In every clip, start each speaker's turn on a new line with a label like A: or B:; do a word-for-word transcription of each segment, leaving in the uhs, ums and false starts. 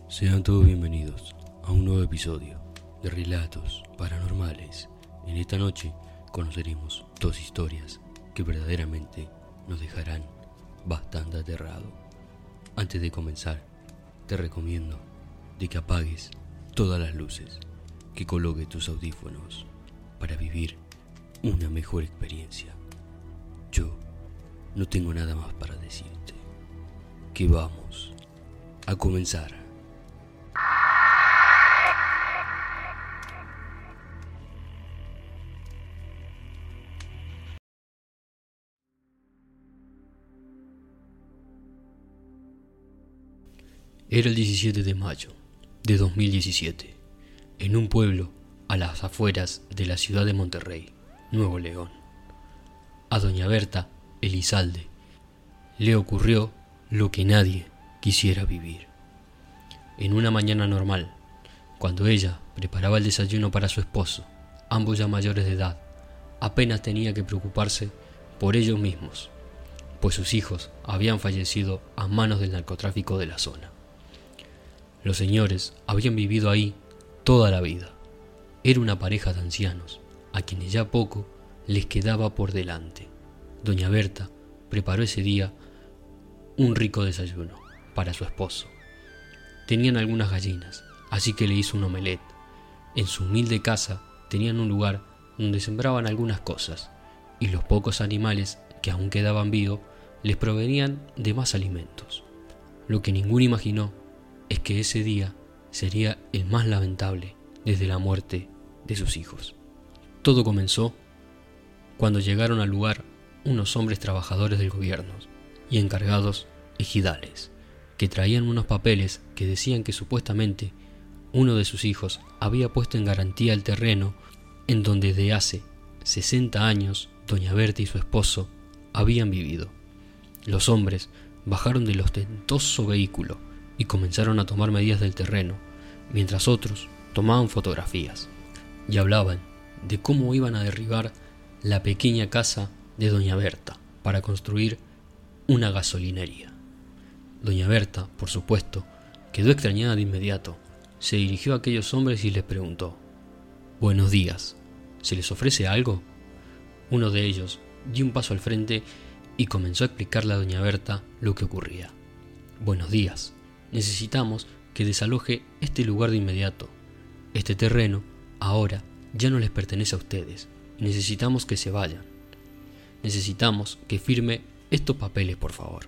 A: Sean todos bienvenidos a un nuevo episodio de Relatos Paranormales. En esta noche conoceremos dos historias que verdaderamente nos dejarán bastante aterrados. Antes de comenzar, te recomiendo de que apagues todas las luces, que coloques tus audífonos para vivir una mejor experiencia. Yo no tengo nada más para decirte, que vamos a comenzar. Era el diecisiete de mayo de dos mil diecisiete, en un pueblo a las afueras de la ciudad de Monterrey, Nuevo León. A doña Berta Elizalde le ocurrió lo que nadie quisiera vivir. En una mañana normal, cuando ella preparaba el desayuno para su esposo, ambos ya mayores de edad, apenas tenía que preocuparse por ellos mismos, pues sus hijos habían fallecido a manos del narcotráfico de la zona. Los señores habían vivido ahí toda la vida. Era una pareja de ancianos, a quienes ya poco les quedaba por delante. Doña Berta preparó ese día un rico desayuno para su esposo. Tenían algunas gallinas, así que le hizo un omelette. En su humilde casa tenían un lugar donde sembraban algunas cosas, y los pocos animales que aún quedaban vivos les provenían de más alimentos. Lo que ninguno imaginó es que ese día sería el más lamentable desde la muerte de sus hijos. Todo comenzó cuando llegaron al lugar unos hombres trabajadores del gobierno y encargados ejidales, que traían unos papeles que decían que supuestamente uno de sus hijos había puesto en garantía el terreno en donde desde hace sesenta años doña Berta y su esposo habían vivido. Los hombres bajaron del ostentoso vehículo y comenzaron a tomar medidas del terreno, mientras otros tomaban fotografías y hablaban de cómo iban a derribar la pequeña casa de doña Berta para construir una gasolinería. Doña Berta, por supuesto, quedó extrañada de inmediato. Se dirigió a aquellos hombres y les preguntó: «Buenos días, ¿se les ofrece algo?». Uno de ellos dio un paso al frente y comenzó a explicarle a doña Berta lo que ocurría. «Buenos días. Necesitamos que desaloje este lugar de inmediato. Este terreno ahora ya no les pertenece a ustedes y necesitamos que se vayan. Necesitamos que firme estos papeles, por favor».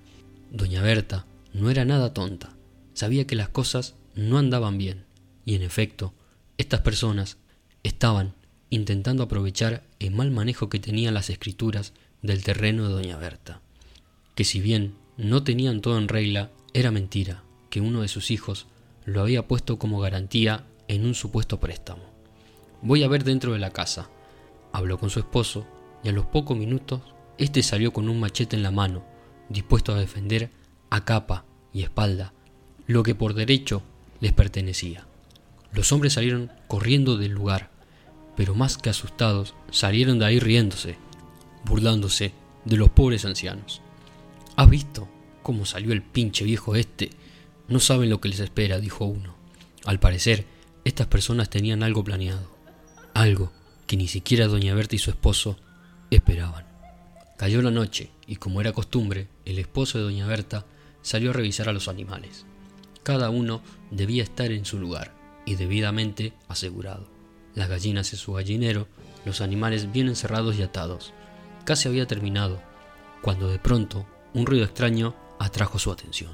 A: Doña Berta no era nada tonta, sabía que las cosas no andaban bien y en efecto, estas personas estaban intentando aprovechar el mal manejo que tenían las escrituras del terreno de doña Berta, que si bien no tenían todo en regla, era mentira que uno de sus hijos lo había puesto como garantía en un supuesto préstamo. «Voy a ver dentro de la casa», habló con su esposo, y a los pocos minutos éste salió con un machete en la mano, dispuesto a defender a capa y espalda lo que por derecho les pertenecía. Los hombres salieron corriendo del lugar, pero más que asustados salieron de ahí riéndose, burlándose de los pobres ancianos. «¿Has visto cómo salió el pinche viejo este? No saben lo que les espera», dijo uno. Al parecer, estas personas tenían algo planeado, algo que ni siquiera doña Berta y su esposo esperaban. Cayó la noche y, como era costumbre, el esposo de doña Berta salió a revisar a los animales. Cada uno debía estar en su lugar y debidamente asegurado. Las gallinas en su gallinero, los animales bien encerrados y atados. Casi había terminado, cuando de pronto un ruido extraño atrajo su atención.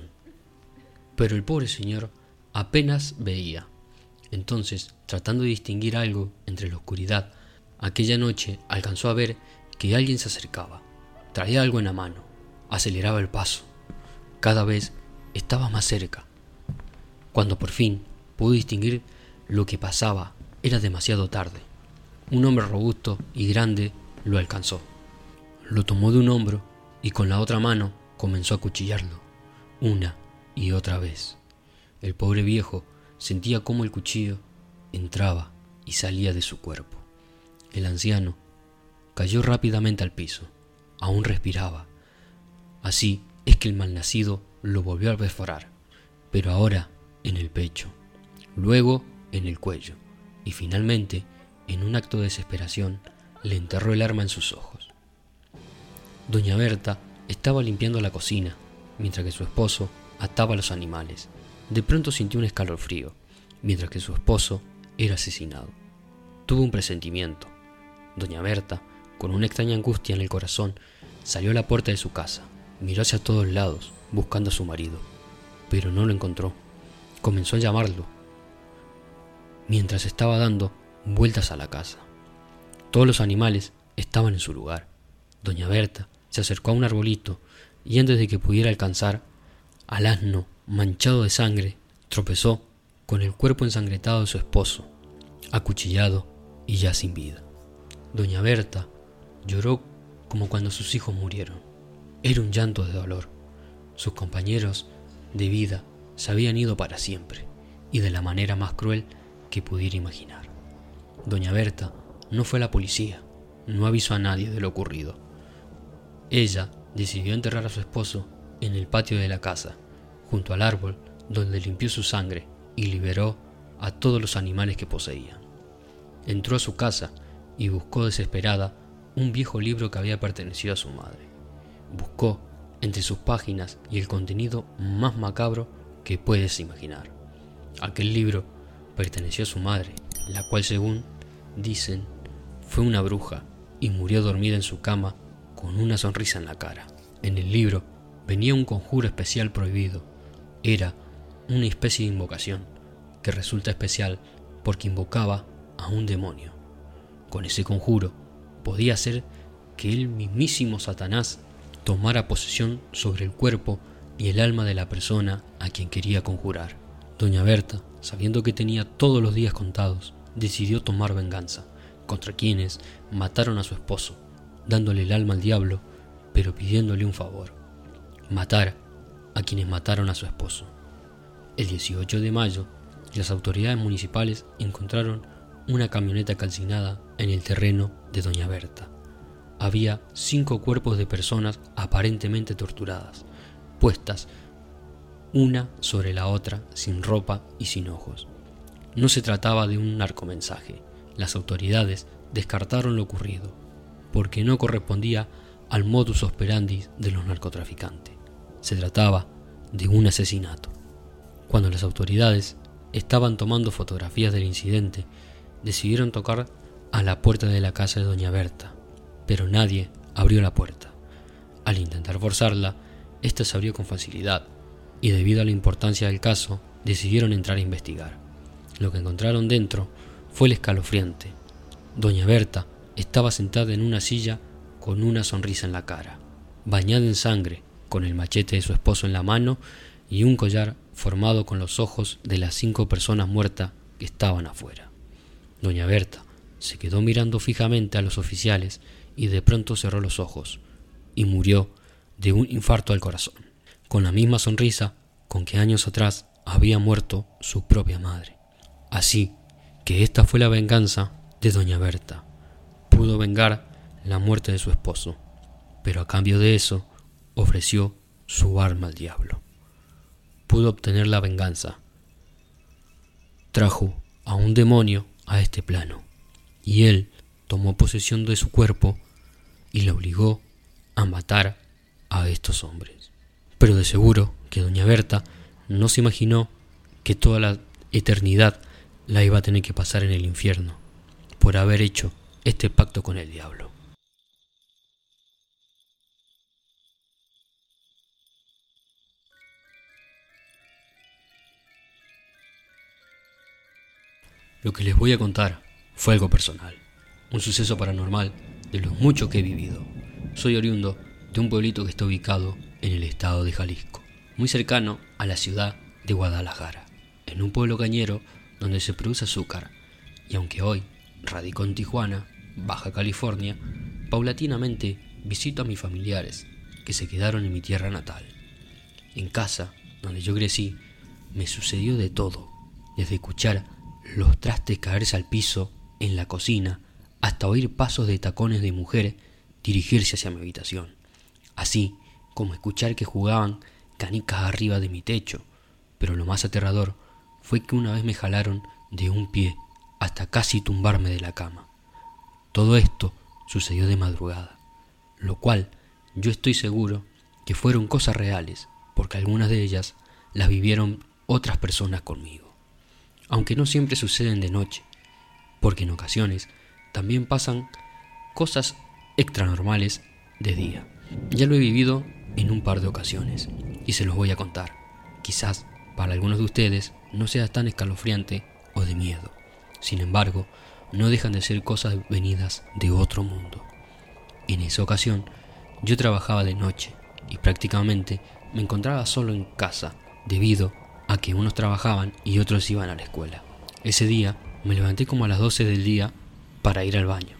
A: Pero el pobre señor apenas veía. Entonces, tratando de distinguir algo entre la oscuridad, aquella noche alcanzó a ver que alguien se acercaba. Traía algo en la mano. Aceleraba el paso. Cada vez estaba más cerca. Cuando por fin pudo distinguir lo que pasaba, era demasiado tarde. Un hombre robusto y grande lo alcanzó. Lo tomó de un hombro y con la otra mano comenzó a acuchillarlo, una y otra vez. El pobre viejo sentía cómo el cuchillo entraba y salía de su cuerpo. El anciano cayó rápidamente al piso. Aún respiraba. Así es que el malnacido lo volvió a perforar, pero ahora en el pecho, luego en el cuello y finalmente, en un acto de desesperación, le enterró el arma en sus ojos. Doña Berta estaba limpiando la cocina, mientras que su esposo ataba a los animales. De pronto sintió un escalofrío, mientras que su esposo era asesinado. Tuvo un presentimiento. Doña Berta, con una extraña angustia en el corazón, salió a la puerta de su casa, miró hacia todos lados, buscando a su marido, pero no lo encontró. Comenzó a llamarlo, mientras estaba dando vueltas a la casa. Todos los animales estaban en su lugar. Doña Berta se acercó a un arbolito y antes de que pudiera alcanzar al asno manchado de sangre, tropezó con el cuerpo ensangretado de su esposo, acuchillado y ya sin vida. Doña Berta lloró como cuando sus hijos murieron. Era un llanto de dolor. Sus compañeros de vida se habían ido para siempre y de la manera más cruel que pudiera imaginar. Doña Berta no fue a la policía, no avisó a nadie de lo ocurrido. Ella decidió enterrar a su esposo en el patio de la casa, junto al árbol donde limpió su sangre y liberó a todos los animales que poseía. Entró a su casa y buscó desesperada un viejo libro que había pertenecido a su madre. Buscó entre sus páginas y el contenido más macabro que puedes imaginar. Aquel libro perteneció a su madre, la cual, según dicen, fue una bruja y murió dormida en su cama con una sonrisa en la cara. En el libro venía un conjuro especial prohibido. Era una especie de invocación que resulta especial porque invocaba a un demonio. Con ese conjuro podía hacer que el mismísimo Satanás tomara posesión sobre el cuerpo y el alma de la persona a quien quería conjurar. Doña Berta, sabiendo que tenía todos los días contados, decidió tomar venganza contra quienes mataron a su esposo, dándole el alma al diablo, pero pidiéndole un favor: matar a quienes mataron a su esposo. El dieciocho de mayo, las autoridades municipales encontraron una camioneta calcinada en el terreno de Doña Berta. Había cinco cuerpos de personas aparentemente torturadas, puestas una sobre la otra, sin ropa y sin ojos. No se trataba de un narcomensaje. Las autoridades descartaron lo ocurrido, porque no correspondía al modus operandi de los narcotraficantes. Se trataba de un asesinato. Cuando las autoridades estaban tomando fotografías del incidente, decidieron tocar a la puerta de la casa de Doña Berta, pero nadie abrió la puerta. Al intentar forzarla, ésta se abrió con facilidad, y debido a la importancia del caso, decidieron entrar a investigar. Lo que encontraron dentro fue el escalofriante. Doña Berta estaba sentada en una silla con una sonrisa en la cara, bañada en sangre, con el machete de su esposo en la mano y un collar formado con los ojos de las cinco personas muertas que estaban afuera. Doña Berta se quedó mirando fijamente a los oficiales y de pronto cerró los ojos y murió de un infarto al corazón, con la misma sonrisa con que años atrás había muerto su propia madre. Así que esta fue la venganza de Doña Berta. Pudo vengar la muerte de su esposo, pero a cambio de eso ofreció su arma al diablo. Pudo obtener la venganza. Trajo a un demonio a este plano, y él tomó posesión de su cuerpo y le obligó a matar a estos hombres. Pero de seguro que Doña Berta no se imaginó que toda la eternidad la iba a tener que pasar en el infierno por haber hecho este pacto con el diablo. Lo que les voy a contar fue algo personal, un suceso paranormal de los muchos que he vivido. Soy oriundo de un pueblito que está ubicado en el estado de Jalisco, muy cercano a la ciudad de Guadalajara, en un pueblo cañero donde se produce azúcar, y aunque hoy radico en Tijuana, Baja California, paulatinamente visito a mis familiares que se quedaron en mi tierra natal. En casa, donde yo crecí, me sucedió de todo, desde escuchar los trastes caerse al piso en la cocina hasta oír pasos de tacones de mujer dirigirse hacia mi habitación, así como escuchar que jugaban canicas arriba de mi techo. Pero lo más aterrador fue que una vez me jalaron de un pie hasta casi tumbarme de la cama. Todo esto sucedió de madrugada, lo cual yo estoy seguro que fueron cosas reales, porque algunas de ellas las vivieron otras personas conmigo. Aunque no siempre suceden de noche, porque en ocasiones también pasan cosas extranormales de día. Ya lo he vivido en un par de ocasiones y se los voy a contar. Quizás para algunos de ustedes no sea tan escalofriante o de miedo. Sin embargo, no dejan de ser cosas venidas de otro mundo. En esa ocasión, yo trabajaba de noche y prácticamente me encontraba solo en casa debido a que unos trabajaban y otros iban a la escuela. Ese día me levanté como a las doce del día para ir al baño.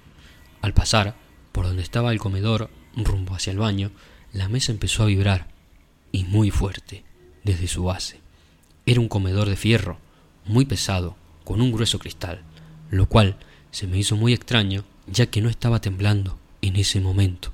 A: Al pasar por donde estaba el comedor rumbo hacia el baño, la mesa empezó a vibrar, y muy fuerte, desde su base. Era un comedor de fierro, muy pesado, con un grueso cristal, lo cual se me hizo muy extraño, ya que no estaba temblando en ese momento.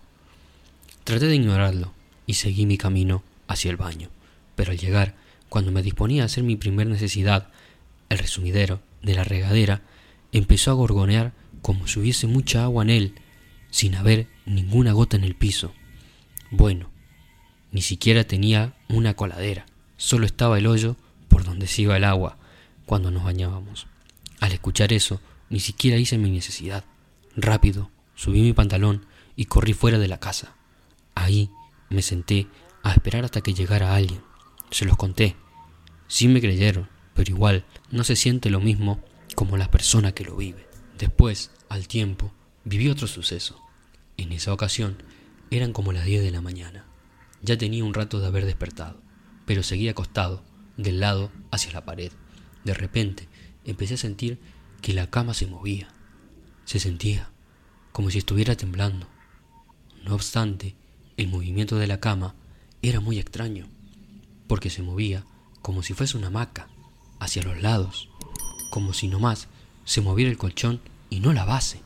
A: Traté de ignorarlo y seguí mi camino hacia el baño, pero al llegar, cuando me disponía a hacer mi primer necesidad, el resumidero de la regadera empezó a gorgonear como si hubiese mucha agua en él, sin haber ninguna gota en el piso. Bueno, ni siquiera tenía una coladera, solo estaba el hoyo por donde se iba el agua cuando nos bañábamos. Al escuchar eso, ni siquiera hice mi necesidad. Rápido, subí mi pantalón y corrí fuera de la casa. Ahí me senté a esperar hasta que llegara alguien. Se los conté. Sí me creyeron, pero igual no se siente lo mismo como la persona que lo vive. Después, al tiempo, viví otro suceso. En esa ocasión, eran como las diez de la mañana. Ya tenía un rato de haber despertado, pero seguía acostado, del lado hacia la pared. De repente, empecé a sentir que la cama se movía. Se sentía como si estuviera temblando. No obstante, el movimiento de la cama era muy extraño, porque se movía como si fuese una hamaca, hacia los lados, como si nomás se moviera el colchón y no la base.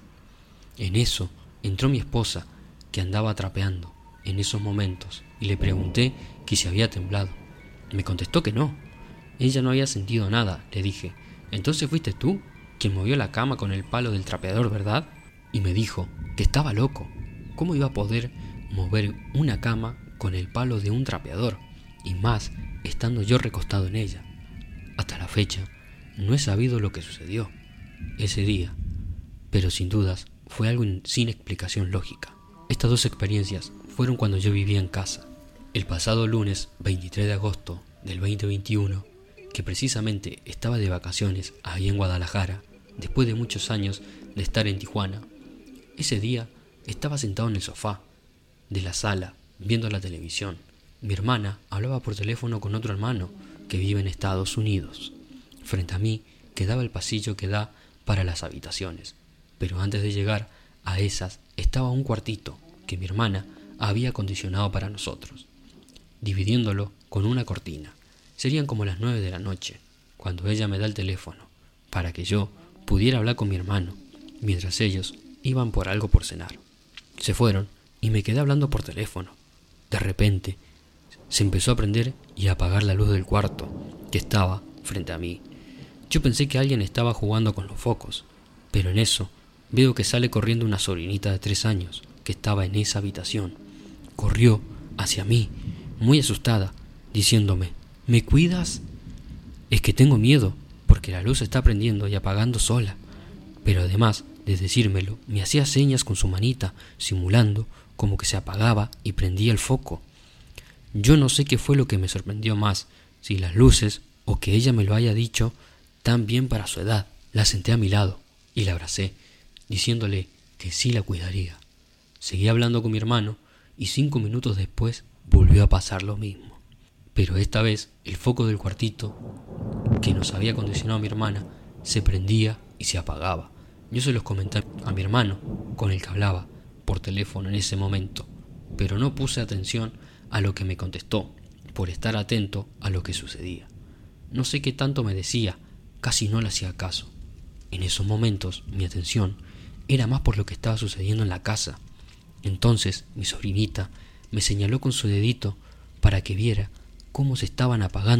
A: En eso entró mi esposa, que andaba trapeando en esos momentos, y le pregunté que si había temblado. Me contestó que no. Ella no había sentido nada. Le dije, ¿entonces fuiste tú quien movió la cama con el palo del trapeador, verdad? Y me dijo que estaba loco. ¿Cómo iba a poder mover una cama con el palo de un trapeador? Y más, estando yo recostado en ella. Hasta la fecha, no he sabido lo que sucedió ese día, pero sin dudas fue algo sin explicación lógica. Estas dos experiencias fueron cuando yo vivía en casa. El pasado lunes veintitrés de agosto del veinte veintiuno, que precisamente estaba de vacaciones ahí en Guadalajara, después de muchos años de estar en Tijuana, ese día estaba sentado en el sofá de la sala viendo la televisión. Mi hermana hablaba por teléfono con otro hermano que vive en Estados Unidos. Frente a mí quedaba el pasillo que da para las habitaciones, pero antes de llegar a esas estaba un cuartito que mi hermana había acondicionado para nosotros, dividiéndolo con una cortina. Serían como las nueve de la noche, cuando ella me da el teléfono, para que yo pudiera hablar con mi hermano, mientras ellos iban por algo por cenar. Se fueron y me quedé hablando por teléfono. De repente, se empezó a prender y a apagar la luz del cuarto, que estaba frente a mí. Yo pensé que alguien estaba jugando con los focos, pero en eso veo que sale corriendo una sobrinita de tres años que estaba en esa habitación. Corrió hacia mí, muy asustada, diciéndome, ¿me cuidas? Es que tengo miedo, porque la luz se está prendiendo y apagando sola. Pero además de decírmelo, me hacía señas con su manita, simulando como que se apagaba y prendía el foco. Yo no sé qué fue lo que me sorprendió más, si las luces o que ella me lo haya dicho tan bien para su edad. La senté a mi lado y la abracé, diciéndole que sí la cuidaría. Seguí hablando con mi hermano y cinco minutos después volvió a pasar lo mismo. Pero esta vez el foco del cuartito que nos había acondicionado mi hermana se prendía y se apagaba. Yo se los comenté a mi hermano, con el que hablaba por teléfono en ese momento, pero no puse atención a lo que me contestó, por estar atento a lo que sucedía. No sé qué tanto me decía, casi no le hacía caso. En esos momentos mi atención era más por lo que estaba sucediendo en la casa. Entonces mi sobrinita me señaló con su dedito para que viera cómo se estaban apagando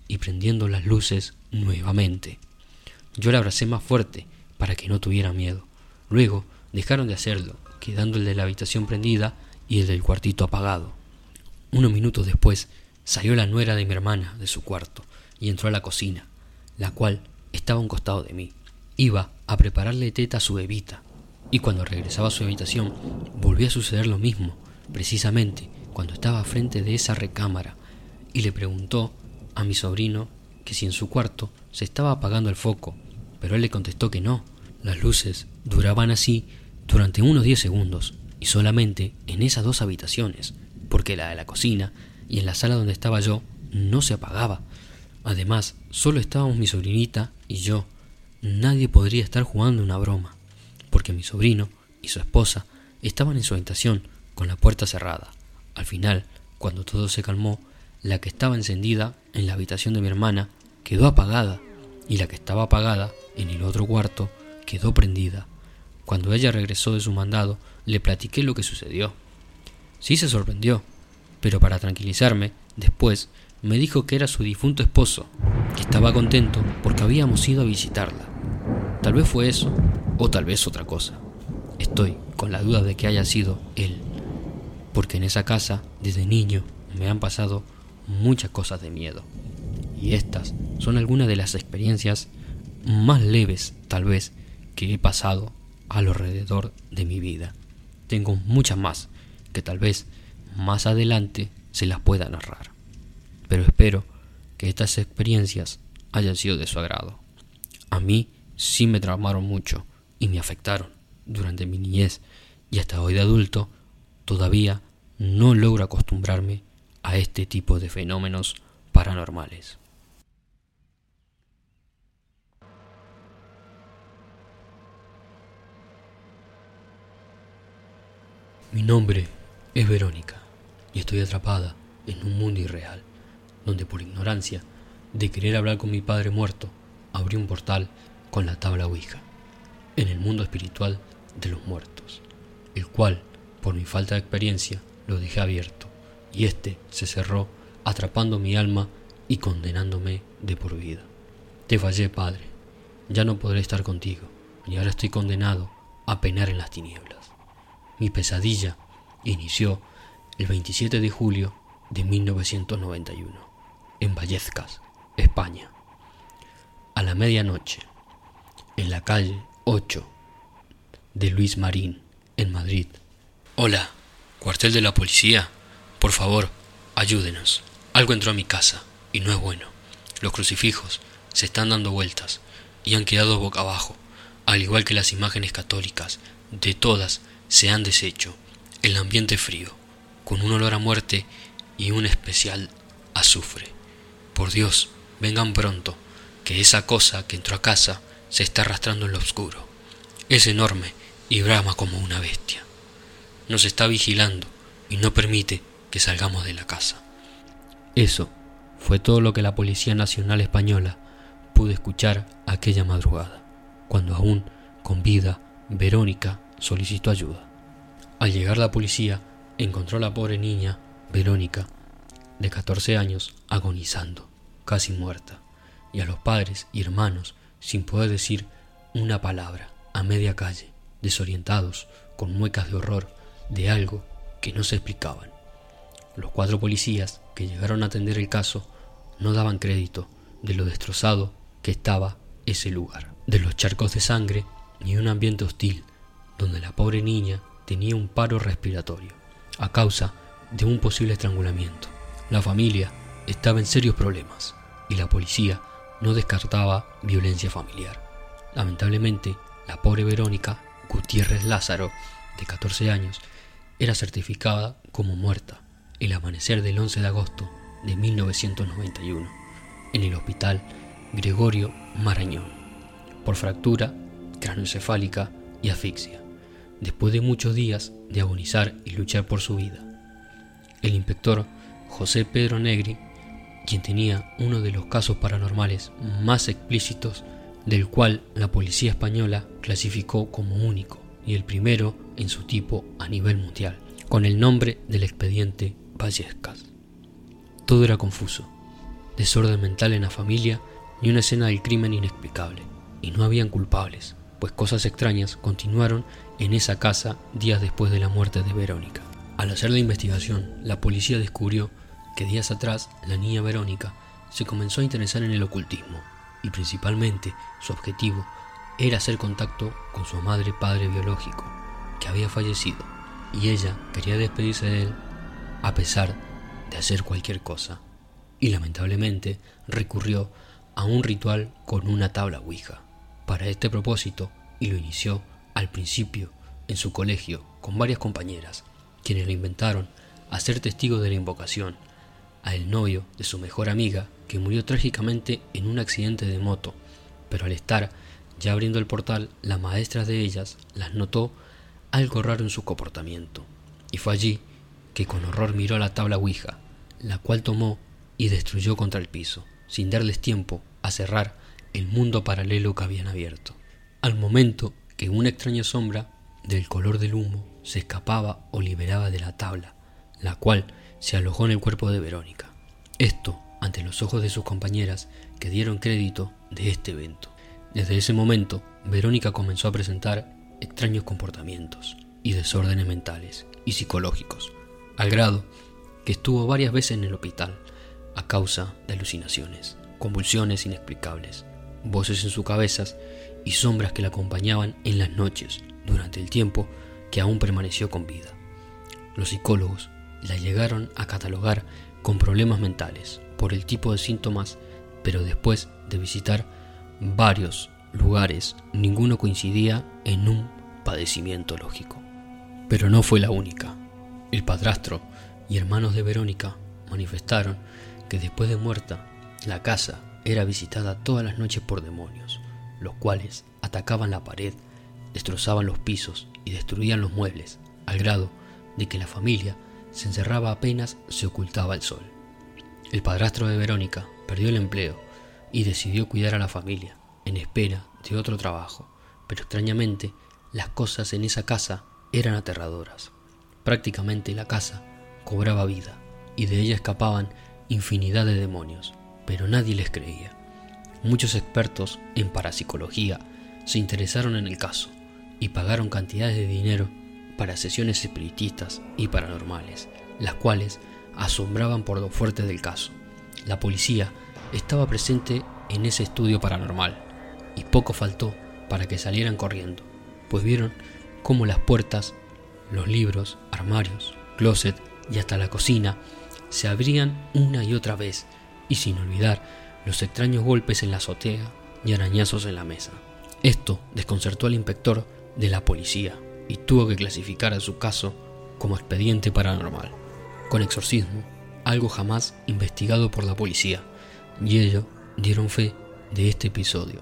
A: y prendiendo las luces nuevamente. Yo la abracé más fuerte para que no tuviera miedo. Luego dejaron de hacerlo, quedando el de la habitación prendida y el del cuartito apagado. Unos minutos después salió la nuera de mi hermana de su cuarto y entró a la cocina, la cual estaba a un costado de mí. Iba a prepararle teta a su bebita, y cuando regresaba a su habitación volvió a suceder lo mismo, precisamente cuando estaba frente de esa recámara, y le preguntó a mi sobrino que si en su cuarto se estaba apagando el foco, pero él le contestó que no. Las luces duraban así durante unos diez segundos, y solamente en esas dos habitaciones, porque la de la cocina y en la sala donde estaba yo no se apagaba. Además, solo estábamos mi sobrinita y yo. Nadie podría estar jugando una broma, porque mi sobrino y su esposa estaban en su habitación con la puerta cerrada. Al final, cuando todo se calmó, la que estaba encendida en la habitación de mi hermana quedó apagada, y la que estaba apagada en el otro cuarto quedó prendida. Cuando ella regresó de su mandado, le platiqué lo que sucedió. Sí se sorprendió, pero para tranquilizarme, después me dijo que era su difunto esposo, que estaba contento porque habíamos ido a visitarla. Tal vez fue eso, o tal vez otra cosa. Estoy con la duda de que haya sido él, porque en esa casa, desde niño, me han pasado muchas cosas de miedo. Y estas son algunas de las experiencias más leves, tal vez, que he pasado a lo alrededor de mi vida. Tengo muchas más, que tal vez más adelante se las pueda narrar. Pero espero que estas experiencias hayan sido de su agrado. A mí sí me traumaron mucho y me afectaron durante mi niñez, y hasta hoy de adulto todavía no logro acostumbrarme a este tipo de fenómenos paranormales. Mi nombre es Verónica y estoy atrapada en un mundo irreal, donde por ignorancia de querer hablar con mi padre muerto, abrí un portal con la tabla Ouija, en el mundo espiritual de los muertos, el cual, por mi falta de experiencia, lo dejé abierto, y éste se cerró atrapando mi alma y condenándome de por vida. Te fallé, Padre, ya no podré estar contigo, y ahora estoy condenado a penar en las tinieblas. Mi pesadilla inició el veintisiete de julio de mil novecientos noventa y uno, en Vallecas, España, a la medianoche, en la calle ocho de Luis Marín, en Madrid. Hola, cuartel de la policía, por favor, ayúdenos. Algo entró a mi casa y no es bueno. Los crucifijos se están dando vueltas y han quedado boca abajo, al igual que las imágenes católicas. De todas se han deshecho. El ambiente frío, con un olor a muerte y un especial azufre. Por Dios, vengan pronto, que esa cosa que entró a casa se está arrastrando en lo oscuro. Es enorme y brama como una bestia. Nos está vigilando y no permite que salgamos de la casa. Eso fue todo lo que la Policía Nacional Española pudo escuchar aquella madrugada, cuando aún con vida Verónica solicitó ayuda. Al llegar la policía, encontró a la pobre niña, Verónica, de catorce años, agonizando, casi muerta, y a los padres y hermanos sin poder decir una palabra, a media calle, desorientados, con muecas de horror de algo que no se explicaban. Los cuatro policías que llegaron a atender el caso no daban crédito de lo destrozado que estaba ese lugar, de los charcos de sangre y un ambiente hostil, donde la pobre niña tenía un paro respiratorio, a causa de un posible estrangulamiento. La familia estaba en serios problemas y la policía no descartaba violencia familiar. Lamentablemente, la pobre Verónica Gutiérrez Lázaro, de catorce años, era certificada como muerta el amanecer del once de agosto de mil novecientos noventa y uno en el hospital Gregorio Marañón, por fractura craneoencefálica y asfixia, después de muchos días de agonizar y luchar por su vida. El inspector José Pedro Negri, quien tenía uno de los casos paranormales más explícitos, del cual la policía española clasificó como único y el primero en su tipo a nivel mundial, con el nombre del expediente Vallecas. Todo era confuso. desorden mental en la familia ni una escena del crimen inexplicable. Y no habían culpables, pues cosas extrañas continuaron en esa casa días después de la muerte de Verónica. Al hacer la investigación, la policía descubrió que días atrás la niña Verónica se comenzó a interesar en el ocultismo y principalmente su objetivo era hacer contacto con su madre padre biológico, que había fallecido, y ella quería despedirse de él a pesar de hacer cualquier cosa, y lamentablemente recurrió a un ritual con una tabla Ouija para este propósito, y lo inició al principio en su colegio con varias compañeras, quienes le inventaron a ser testigo de la invocación a el novio de su mejor amiga, que murió trágicamente en un accidente de moto, pero al estar ya abriendo el portal, la maestra de ellas las notó algo raro en su comportamiento, y fue allí que con horror miró la tabla Ouija, la cual tomó y destruyó contra el piso, sin darles tiempo a cerrar el mundo paralelo que habían abierto. Al momento que una extraña sombra del color del humo se escapaba o liberaba de la tabla, la cual se alojó en el cuerpo de Verónica. Esto ante los ojos de sus compañeras, que dieron crédito de este evento. Desde ese momento, Verónica comenzó a presentar extraños comportamientos y desórdenes mentales y psicológicos, al grado que estuvo varias veces en el hospital a causa de alucinaciones, convulsiones inexplicables, voces en sus cabezas y sombras que la acompañaban en las noches durante el tiempo que aún permaneció con vida. Los psicólogos la llegaron a catalogar con problemas mentales por el tipo de síntomas, pero después de visitar varios lugares, ninguno coincidía en un padecimiento lógico. Pero no fue la única. El padrastro y hermanos de Verónica manifestaron que después de muerta, la casa era visitada todas las noches por demonios, los cuales atacaban la pared, destrozaban los pisos y destruían los muebles, al grado de que la familia se encerraba apenas se ocultaba el sol. El padrastro de Verónica perdió el empleo y decidió cuidar a la familia en espera de otro trabajo, pero extrañamente las cosas en esa casa eran aterradoras. Prácticamente la casa cobraba vida y de ella escapaban infinidad de demonios, pero nadie les creía. Muchos expertos en parapsicología se interesaron en el caso y pagaron cantidades de dinero para sesiones espiritistas y paranormales, las cuales asombraban por lo fuerte del caso. La policía estaba presente en ese estudio paranormal y poco faltó para que salieran corriendo, pues vieron cómo las puertas, los libros, armarios, closet y hasta la cocina se abrían una y otra vez, y sin olvidar los extraños golpes en la azotea y arañazos en la mesa. Esto desconcertó al inspector de la policía y tuvo que clasificar a su caso como expediente paranormal, con exorcismo, algo jamás investigado por la policía, y ellos dieron fe de este episodio.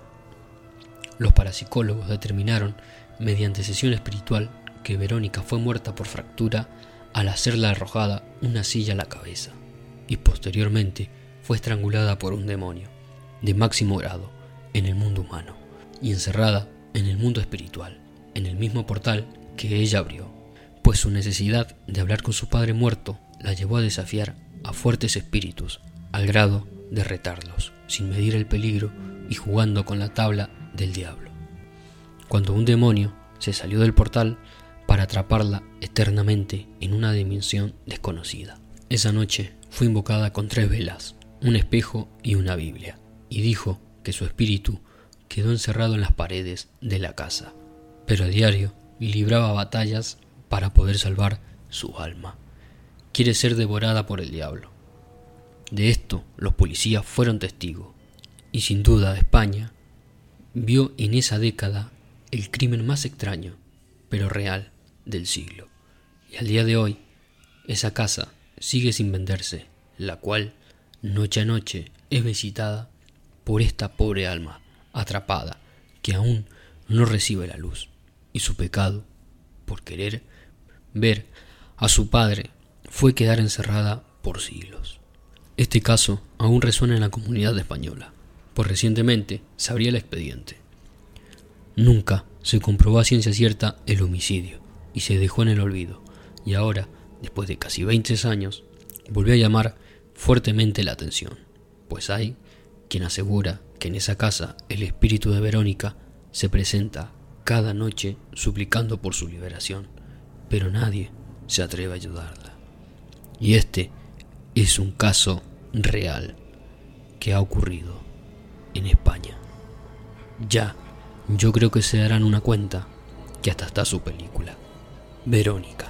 A: Los parapsicólogos determinaron, mediante sesión espiritual, que Verónica fue muerta por fractura al hacerla arrojada una silla a la cabeza, y posteriormente fue estrangulada por un demonio de máximo grado en el mundo humano y encerrada en el mundo espiritual, en el mismo portal que ella abrió, pues su necesidad de hablar con su padre muerto la llevó a desafiar a fuertes espíritus al grado de retarlos, sin medir el peligro y jugando con la tabla del diablo. Cuando un demonio se salió del portal para atraparla eternamente en una dimensión desconocida. Esa noche fue invocada con tres velas, un espejo y una Biblia, y dijo que su espíritu quedó encerrado en las paredes de la casa, pero a diario libraba batallas para poder salvar su alma. Quiere ser devorada por el diablo. De esto los policías fueron testigos, y sin duda España vio en esa década el crimen más extraño, pero real, del siglo. Y al día de hoy, esa casa sigue sin venderse, la cual, noche a noche, es visitada por esta pobre alma atrapada, que aún no recibe la luz, y su pecado, por querer ver a su padre, fue quedar encerrada por siglos. Este caso aún resuena en la comunidad española, pues recientemente se abría el expediente. Nunca se comprobó a ciencia cierta el homicidio y se dejó en el olvido, y ahora, después de casi veinte años, volvió a llamar fuertemente la atención. pues hay quien asegura que en esa casa el espíritu de Verónica se presenta cada noche suplicando por su liberación, pero nadie se atreve a ayudarla. Y este es un caso real que ha ocurrido en España. Ya, yo creo que se darán una cuenta que hasta está su película, Verónica.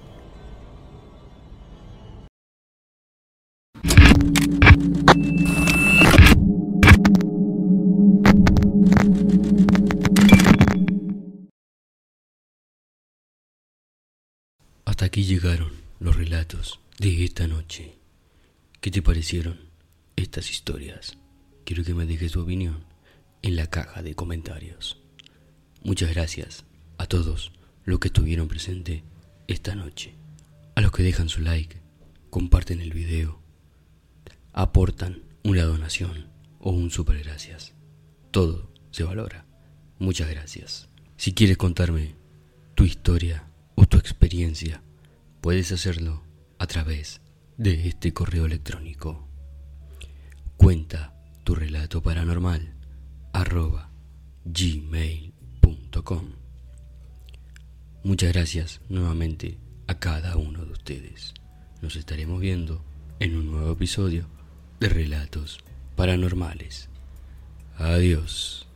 A: Hasta aquí llegaron los relatos de esta noche. ¿Qué te parecieron estas historias? Quiero que me dejes tu opinión en la caja de comentarios. Muchas gracias a todos los que estuvieron presentes esta noche. A los que dejan su like, comparten el video, aportan una donación o un super gracias. Todo se valora. Muchas gracias. Si quieres contarme tu historia o tu experiencia, puedes hacerlo a través de este correo electrónico. Cuenta tu relato paranormal arroba gmail punto com. Muchas gracias nuevamente a cada uno de ustedes. Nos estaremos viendo en un nuevo episodio de Relatos Paranormales. Adiós.